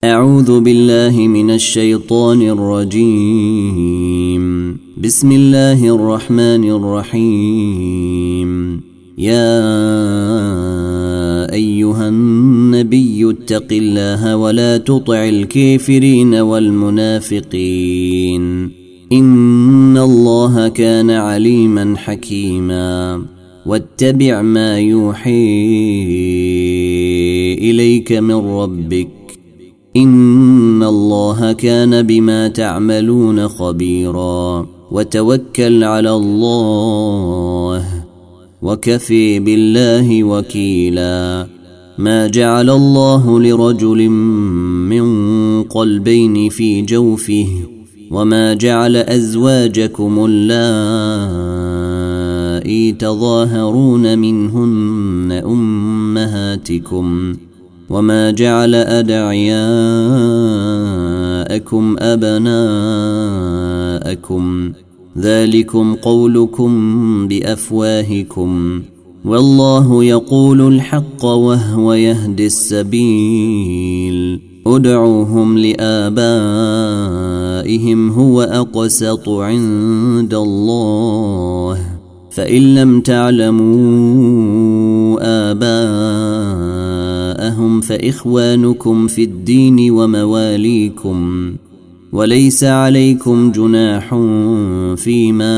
أعوذ بالله من الشيطان الرجيم. بسم الله الرحمن الرحيم. يا أيها النبي اتق الله ولا تطع الكافرين والمنافقين إن الله كان عليما حكيما. واتبع ما يوحي إليك من ربك إن الله كان بما تعملون خبيرا. وتوكل على الله وكفي بالله وكيلا. ما جعل الله لرجل من قلبين في جوفه وما جعل أزواجكم اللائي تظاهرون منهن أمهاتكم وما جعل أدعياءكم أبناءكم ذلكم قولكم بأفواهكم والله يقول الحق وهو يهدي السبيل. ادعوهم لآبائهم هو أقسط عند الله فإن لم تعلموا آباءهم فإخوانكم في الدين ومواليكم وليس عليكم جناح فيما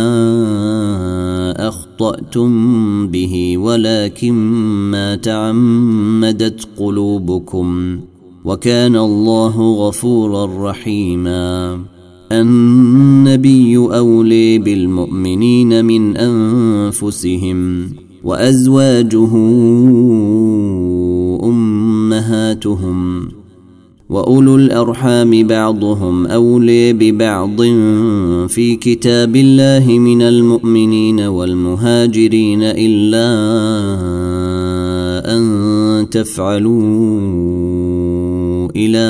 أخطأتم به ولكن ما تعمدت قلوبكم وكان الله غفورا رحيما. النبي أولي بالمؤمنين من أنفسهم وأزواجه أمهاتهم وأولو الأرحام بعضهم أولي ببعض في كتاب الله من المؤمنين والمهاجرين إلا أن تفعلوا إلى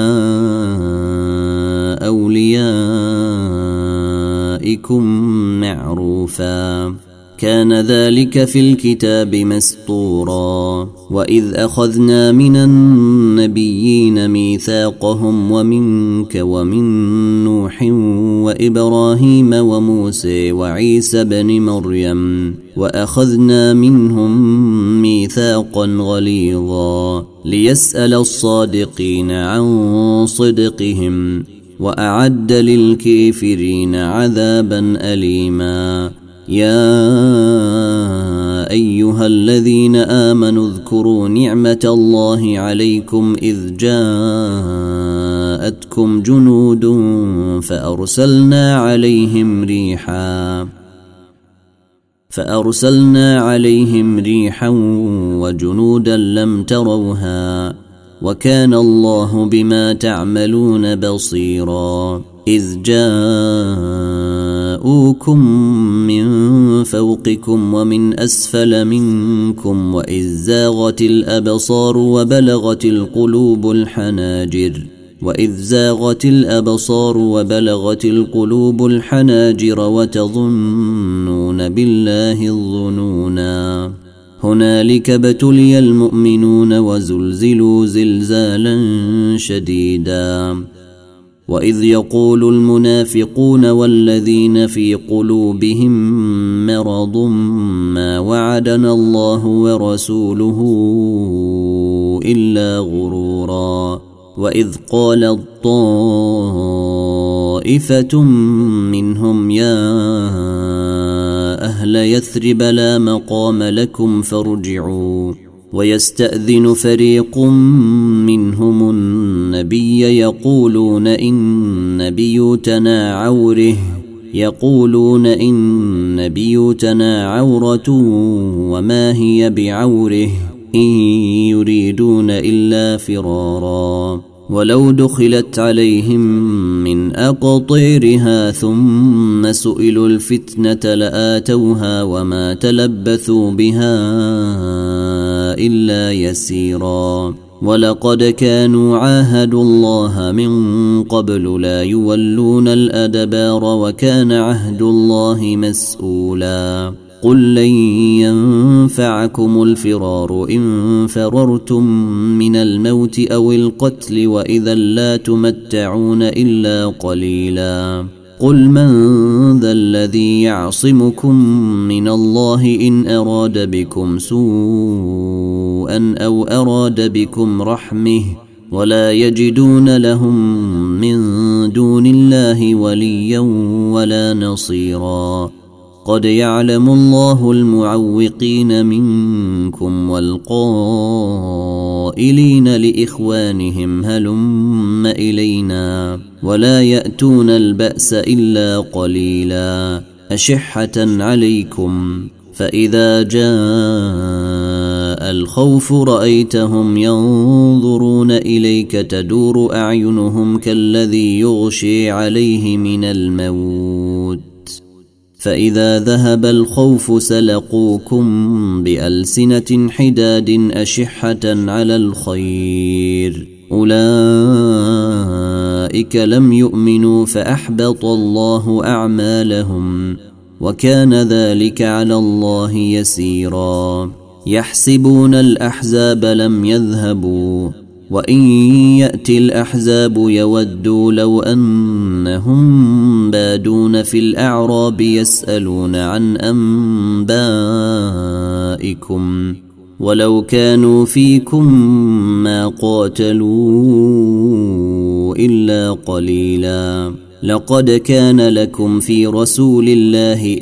أوليائكم معروفا كان ذلك في الكتاب مسطورا. وإذ أخذنا من النبيين ميثاقهم ومنك ومن نوح وإبراهيم وموسى وعيسى بن مريم وأخذنا منهم ميثاقا غليظا ليسأل الصادقين عن صدقهم وأعد للكافرين عذابا أليما. يا أيها الذين آمنوا اذكروا نعمة الله عليكم إذ جاءتكم جنود فأرسلنا عليهم ريحا وجنودا لم تروها وكان الله بما تعملون بصيرا. إذ جاءوكم من فوقكم ومن أسفل منكم وإذ زاغت الأبصار وبلغت القلوب الحناجر وتظنون بالله الظنونا. هنالك ابتلي المؤمنون وزلزلوا زلزالا شديدا. وإذ يقول المنافقون والذين في قلوبهم مرض ما وعدنا الله ورسوله إلا غرورا. وإذ قالت طائفة منهم يا أهل يثرب لا مقام لكم فارجعوا ويستأذن فريق منهم النبي يقولون إن بيوتنا عورة وما هي بعوره إن يريدون إلا فرارا. ولو دخلت عليهم من أقطيرها ثم سئلوا الفتنة لآتوها وما تلبثوا بها إلا يسيرا. ولقد كانوا عاهدوا الله من قبل لا يولون الأدبار وكان عهد الله مسؤولا. قل لن ينفعكم الفرار إن فررتم من الموت أو القتل وإذا لا تمتعون إلا قليلا قل من ذا الذي يعصمكم من الله إن أراد بكم سوءا أو أراد بكم رحمه ولا يجدون لهم من دون الله وليا ولا نصيرا قد يعلم الله المعوقين منكم والقائلين لإخوانهم هلم إلينا ولا يأتون البأس إلا قليلا أشحة عليكم فإذا جاء الخوف رأيتهم ينظرون إليك تدور أعينهم كالذي يغشي عليه من الموت فإذا ذهب الخوف سلقوكم بألسنة حداد أشحة على الخير أولئك لم يؤمنوا فأحبط الله أعمالهم وكان ذلك على الله يسيرا يحسبون الأحزاب لم يذهبوا وإن يأتي الأحزاب يودوا لو أنهم بادون في الأعراب يسألون عن أنبائكم ولو كانوا فيكم ما قاتلوا إلا قليلا لقد كان لكم في رسول الله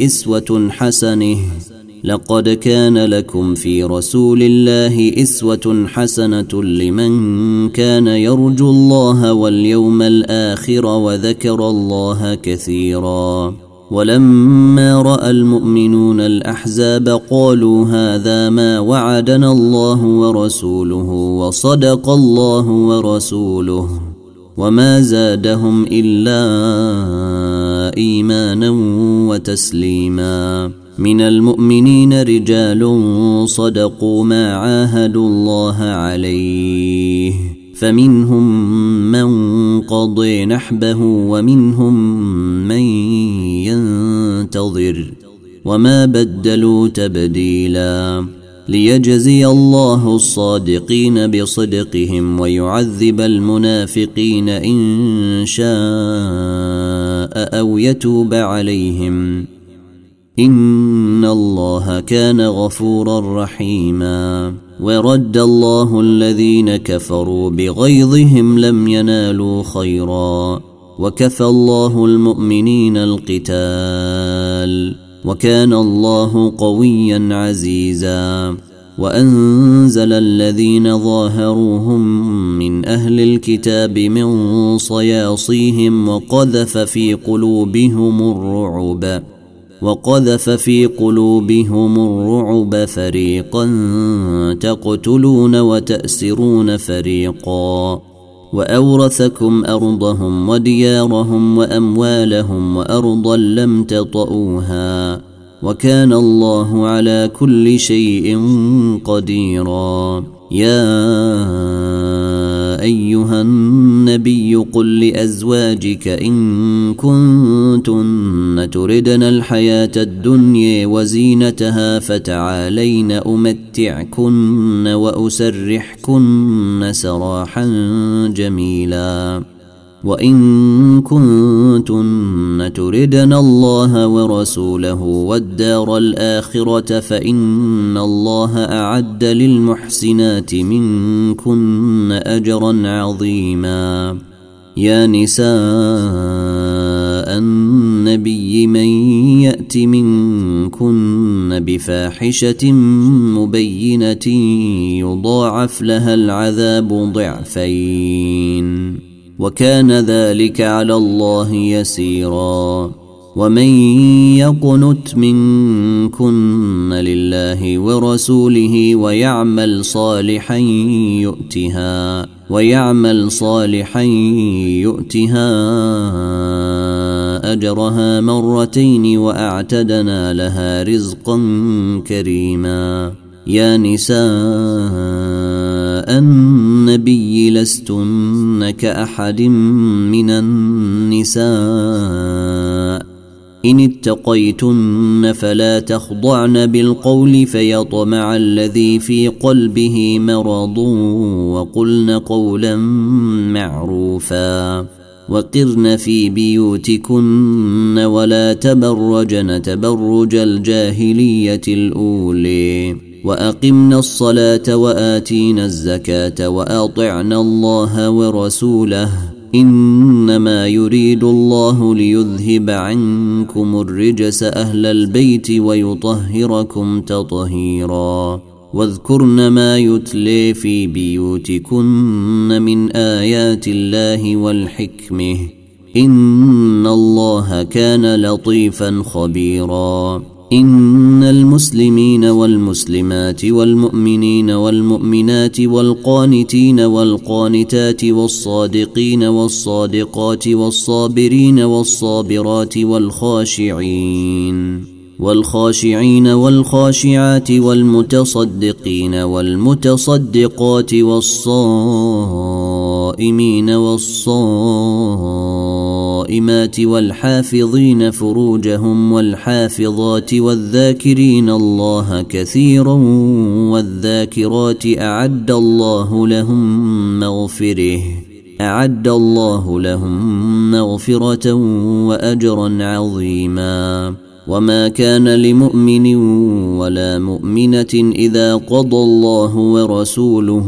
إسوة حسنة لمن كان يرجو الله واليوم الآخر وذكر الله كثيرا ولما رأى المؤمنون الأحزاب قالوا هذا ما وعدنا الله ورسوله وصدق الله ورسوله وما زادهم إلا إيمانا وتسليما من المؤمنين رجال صدقوا ما عاهدوا الله عليه فمنهم من قضي نحبه ومنهم من ينتظر وما بدلوا تبديلا ليجزي الله الصادقين بصدقهم ويعذب المنافقين إن شاء أو يتوب عليهم إن الله كان غفورا رحيما ورد الله الذين كفروا بغيظهم لم ينالوا خيرا وكفى الله المؤمنين القتال وكان الله قويا عزيزا وأنزل الذين ظاهروهم من أهل الكتاب من صياصيهم وقذف في قلوبهم الرعب فريقا تقتلون وتأسرون فريقا وأورثكم أرضهم وديارهم وأموالهم وأرضا لم تطئوها وكان الله على كل شيء قديرا يا أيها النبي قل لأزواجك إن كنتن تردن الحياة الدنيا وزينتها فتعالين أمتعكن وأسرحكن سراحا جميلا وإن كنتن تردن الله ورسوله والدار الآخرة فإن الله أعد للمحسنات منكن أجرا عظيما يا نساء النبي من يأت منكن بفاحشة مبينة يضاعف لها العذاب ضعفين وكان ذلك على الله يسيرا ومن يقنت منكن لله ورسوله ويعمل صالحا يؤتها أجرها مرتين وأعتدنا لها رزقا كريما يا نساء النبي لستن كأحد من النساء إن اتقيتن فلا تخضعن بالقول فيطمع الذي في قلبه مرض وقلن قولا معروفا وقرن في بيوتكن ولا تبرجن تبرج الجاهلية الأولي وأقمنا الصلاة وآتينا الزكاة وأطعنا الله ورسوله إنما يريد الله ليذهب عنكم الرجس أهل البيت ويطهركم تطهيرا واذكرن ما يتلي في بيوتكن من آيات الله والحكمة إن الله كان لطيفا خبيرا إن المسلمين والمسلمات والمؤمنين والمؤمنات والقانتين والقانتات والصادقين والصادقات والصابرين والصابرات والخاشعين والخاشعات والمتصدقين والمتصدقات والصائمين والصائمات والحافظين فروجهم والحافظات والذاكرين الله كثيرا والذاكرات أعد الله لهم مغفرة وأجرا عظيما وما كان لمؤمن ولا مؤمنة إذا قضى الله ورسوله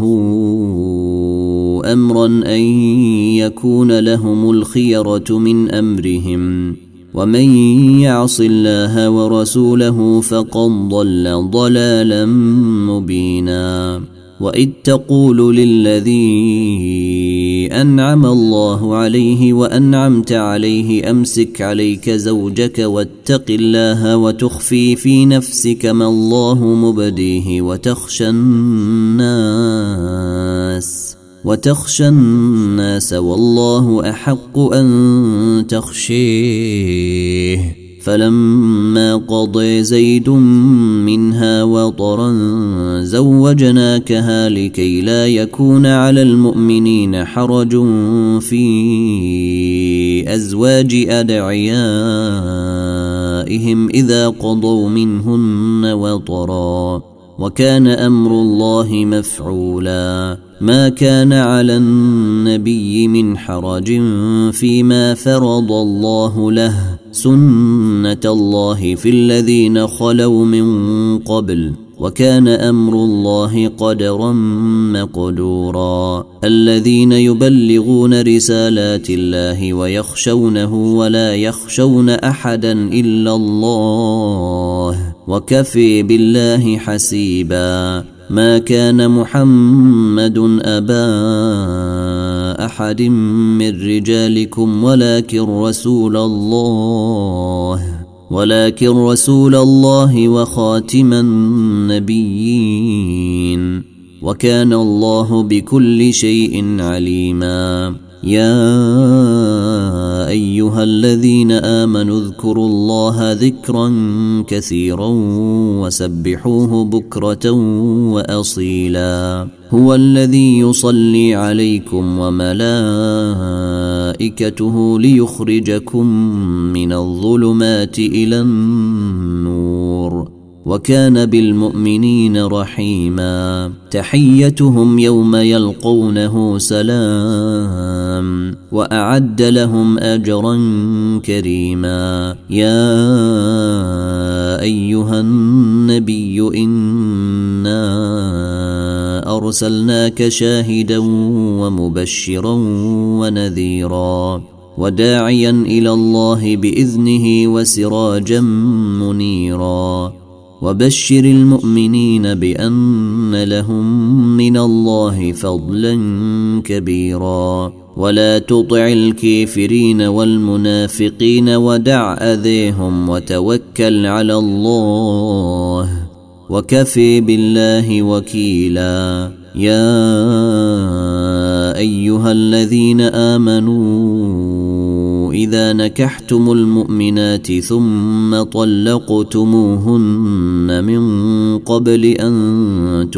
أمرا أن يكون لهم الخيرة من أمرهم ومن يعص الله ورسوله فقد ضل ضلالا مبينا وإذ تقول للذي أنعم الله عليه وأنعمت عليه أمسك عليك زوجك واتق الله وتخفي في نفسك ما الله مبديه وتخشى الناس والله أحق أن تخشيه فلما قضى زيد منها وطرا زوجناكها لكي لا يكون على المؤمنين حرج في أزواج أدعيائهم إذا قضوا منهن وطرا وكان أمر الله مفعولا ما كان على النبي من حرج فيما فرض الله له سنة الله في الذين خلوا من قبل وكان أمر الله قدرا مقدورا الذين يبلغون رسالات الله ويخشونه ولا يخشون أحدا إلا الله وكفي بالله حسيبا ما كان محمد أبا أحد من رجالكم ولكن رسول الله وخاتم النبيين وكان الله بكل شيء عليما يا أيها الذين آمنوا اذكروا الله ذكرا كثيرا وسبحوه بكرة وأصيلا هو الذي يصلي عليكم وملائكته ليخرجكم من الظلمات إلى النور وكان بالمؤمنين رحيما تحيتهم يوم يلقونه سلام وأعد لهم أجرا كريما يا أيها النبي إنا أرسلناك شاهدا ومبشرا ونذيرا وداعيا إلى الله بإذنه وسراجا منيرا وبشر المؤمنين بأن لهم من الله فضلا كبيرا ولا تطع الكافرين والمنافقين ودع أذيهم وتوكل على الله وكفي بالله وكيلا يا أيها الذين آمنوا إذا نكحتم المؤمنات ثم طلقتموهن من قبل أن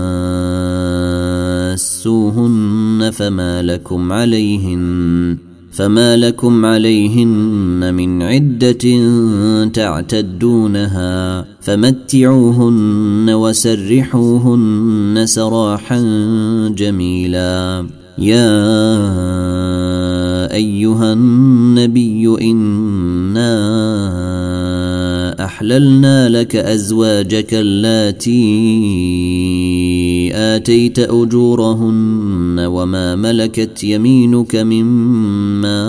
تماسوهن فما لكم عليهن من عدة تعتدونها فمتعوهن وسرحوهن سراحا جميلا. يا أيها النبي إنا أحللنا لك أزواجك اللاتي آتيت أجورهن وما ملكت يمينك مما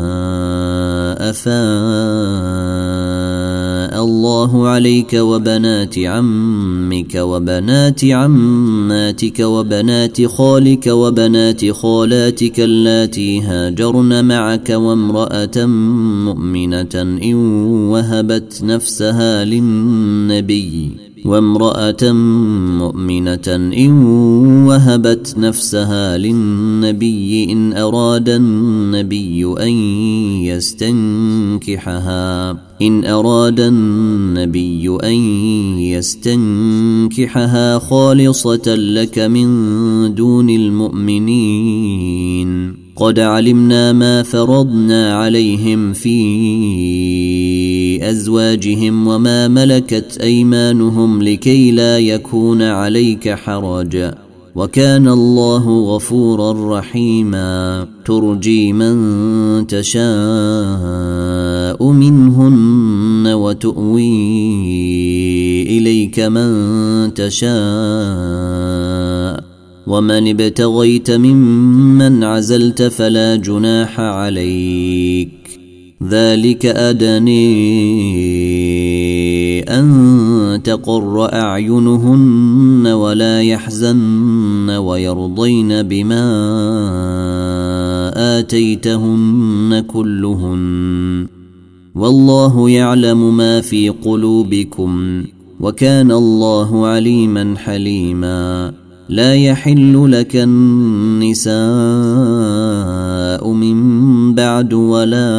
أفاء الله عليك وبنات عمك وبنات عماتك وبنات خالك وبنات خالاتك اللاتي هاجرن معك وامرأة مؤمنة إن وهبت نفسها للنبي إن أراد النبي أن يستنكحها خالصة لك من دون المؤمنين. قد علمنا ما فرضنا عليهم في أزواجهم وما ملكت أيمانهم لكي لا يكون عليك حرج وكان الله غفورا رحيما. ترجي من تشاء منهن وتؤوي إليك من تشاء ومن ابتغيت ممن عزلت فلا جناح عليك. ذلك أدني أن تقر أعينهن ولا يحزن ويرضين بما آتيتهن كلهن والله يعلم ما في قلوبكم وكان الله عليما حليما. لا يحل لك النساء من بعد ولا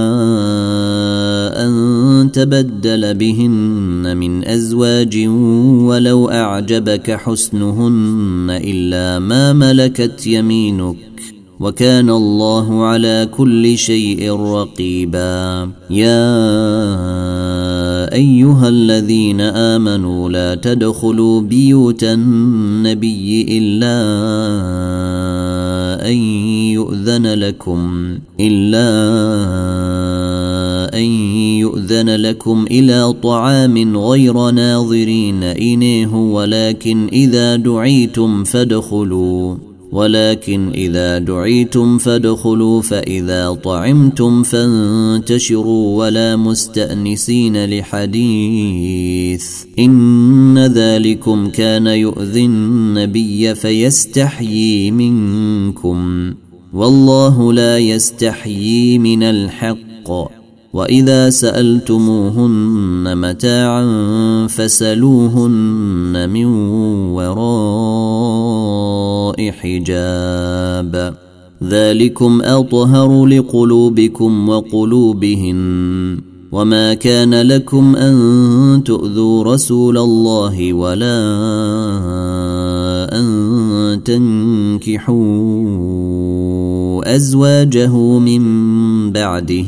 أن تبدل بهن من أزواج ولو أعجبك حسنهن إلا ما ملكت يمينك وكان الله على كل شيء رقيبا. يا أيها الذين آمنوا لا تدخلوا بيوت النبي إلا أن يؤذن لكم إلى طعام غير ناظرين إناه ولكن إذا دعيتم فادخلوا فإذا طعمتم فانتشروا ولا مستأنسين لحديث إن ذلكم كان يؤذي النبي فيستحيي منكم والله لا يستحيي من الحق. وإذا سألتموهن متاعا فسلوهن من وراء حجاب ذلكم أطهر لقلوبكم وقلوبهن. وما كان لكم أن تؤذوا رسول الله ولا أن تنكحوا أزواجه من بعده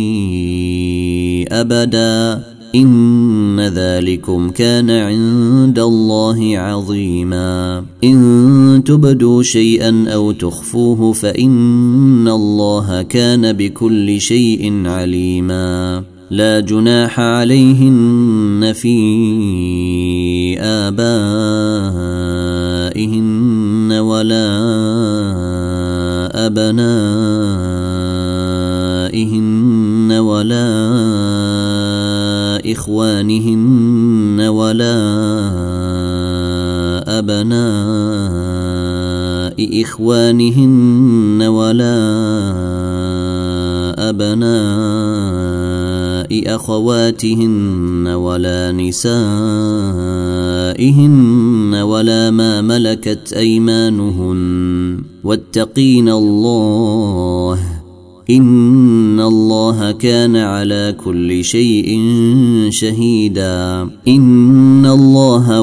أبدا إن ذلكم كان عند الله عظيما. إن تبدوا شيئا أو تخفوه فإن الله كان بكل شيء عليما. لا جناح عليهن في آبائهن ولا أبنائهن ولا إخوانهن ولا أبناء إخوانهن ولا أبناء أخواتهن ولا نسائهن ولا ما ملكت أيمانهن واتقين الله إن الله كان على كل شيء شهيدا. إن الله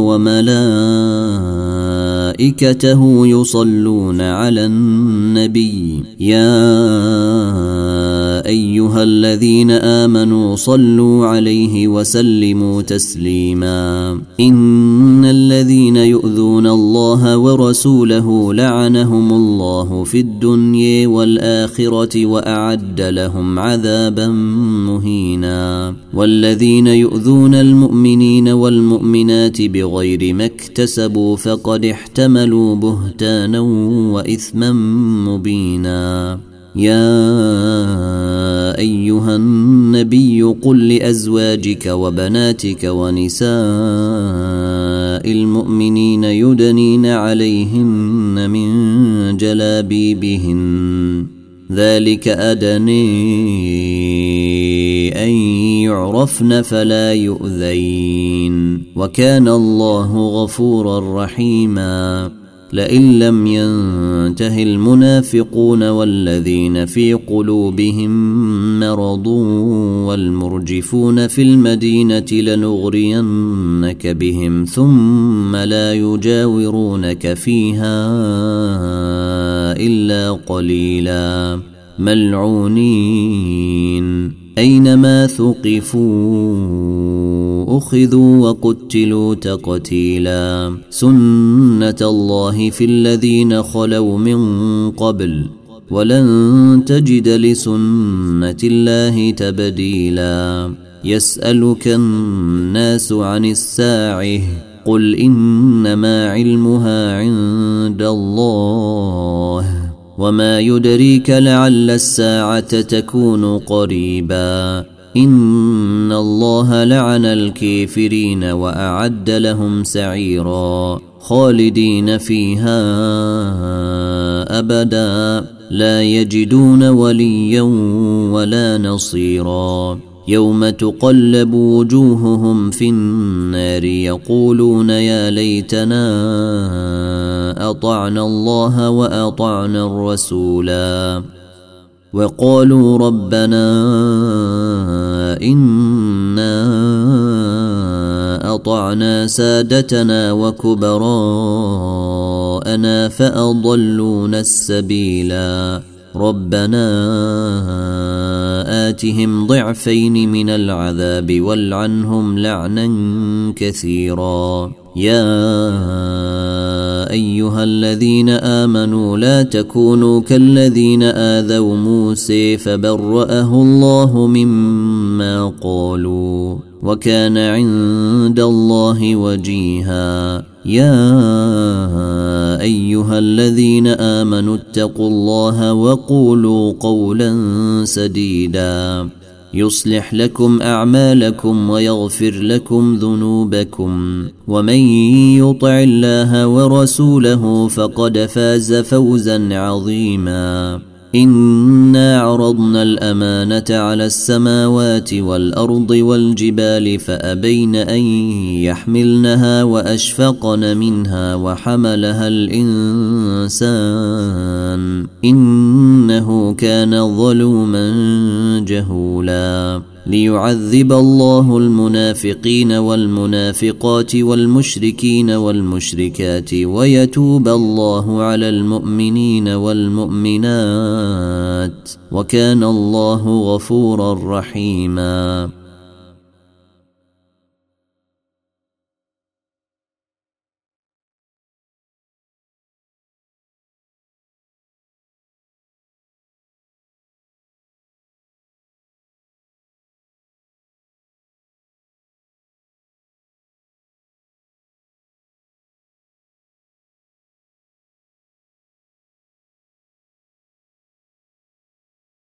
وملائكته يصلون على النبي يا أيها الذين آمنوا صلوا عليه وسلموا تسليما إن الذين يؤذون الله ورسوله لعنهم الله في الدنيا والآخرة وأعد لهم عذابا مهينا والذين يؤذون المؤمنين والمؤمنات بغير ما اكتسبوا فقد احتملوا بهتانا وإثما مبينا يا أيها النبي قل لأزواجك وبناتك ونساء المؤمنين يدنين عليهن من جلابيبهن ذلك أدني أن يعرفن فلا يؤذين وكان الله غفورا رحيما لئن لم ينته المنافقون والذين في قلوبهم مرض والمرجفون في المدينة لنغرينك بهم ثم لا يجاورونك فيها إلا قليلا ملعونين أينما ثقفوا أخذوا وقتلوا تقتيلا سنة الله في الذين خلوا من قبل ولن تجد لسنة الله تبديلا يسألك الناس عن الساعة قل إنما علمها عند الله وما يدريك لعل الساعة تكون قريبا إن الله لعن الكافرين وأعد لهم سعيرا خالدين فيها أبدا لا يجدون وليا ولا نصيرا يوم تقلب وجوههم في النار يقولون يا ليتنا أطعنا الله وأطعنا الرسولا وقالوا ربنا إنا أطعنا سادتنا وكبراءنا فأضلونا السبيلا ربنا آتهم ضعفين من العذاب والعنهم لعنا كثيرا يا أيها الذين آمنوا لا تكونوا كالذين آذوا موسى فبرأه الله مما قالوا وكان عند الله وجيها يا أيها الذين آمنوا اتقوا الله وقولوا قولا سديدا يصلح لكم أعمالكم ويغفر لكم ذنوبكم ومن يطع الله ورسوله فقد فاز فوزا عظيما إنا عرضنا الأمانة على السماوات والأرض والجبال فأبين أن يحملنها وأشفقن منها وحملها الإنسان إنه كان ظلوما جهولا ليعذب الله المنافقين والمنافقات والمشركين والمشركات ويتوب الله على المؤمنين والمؤمنات وكان الله غفورا رحيما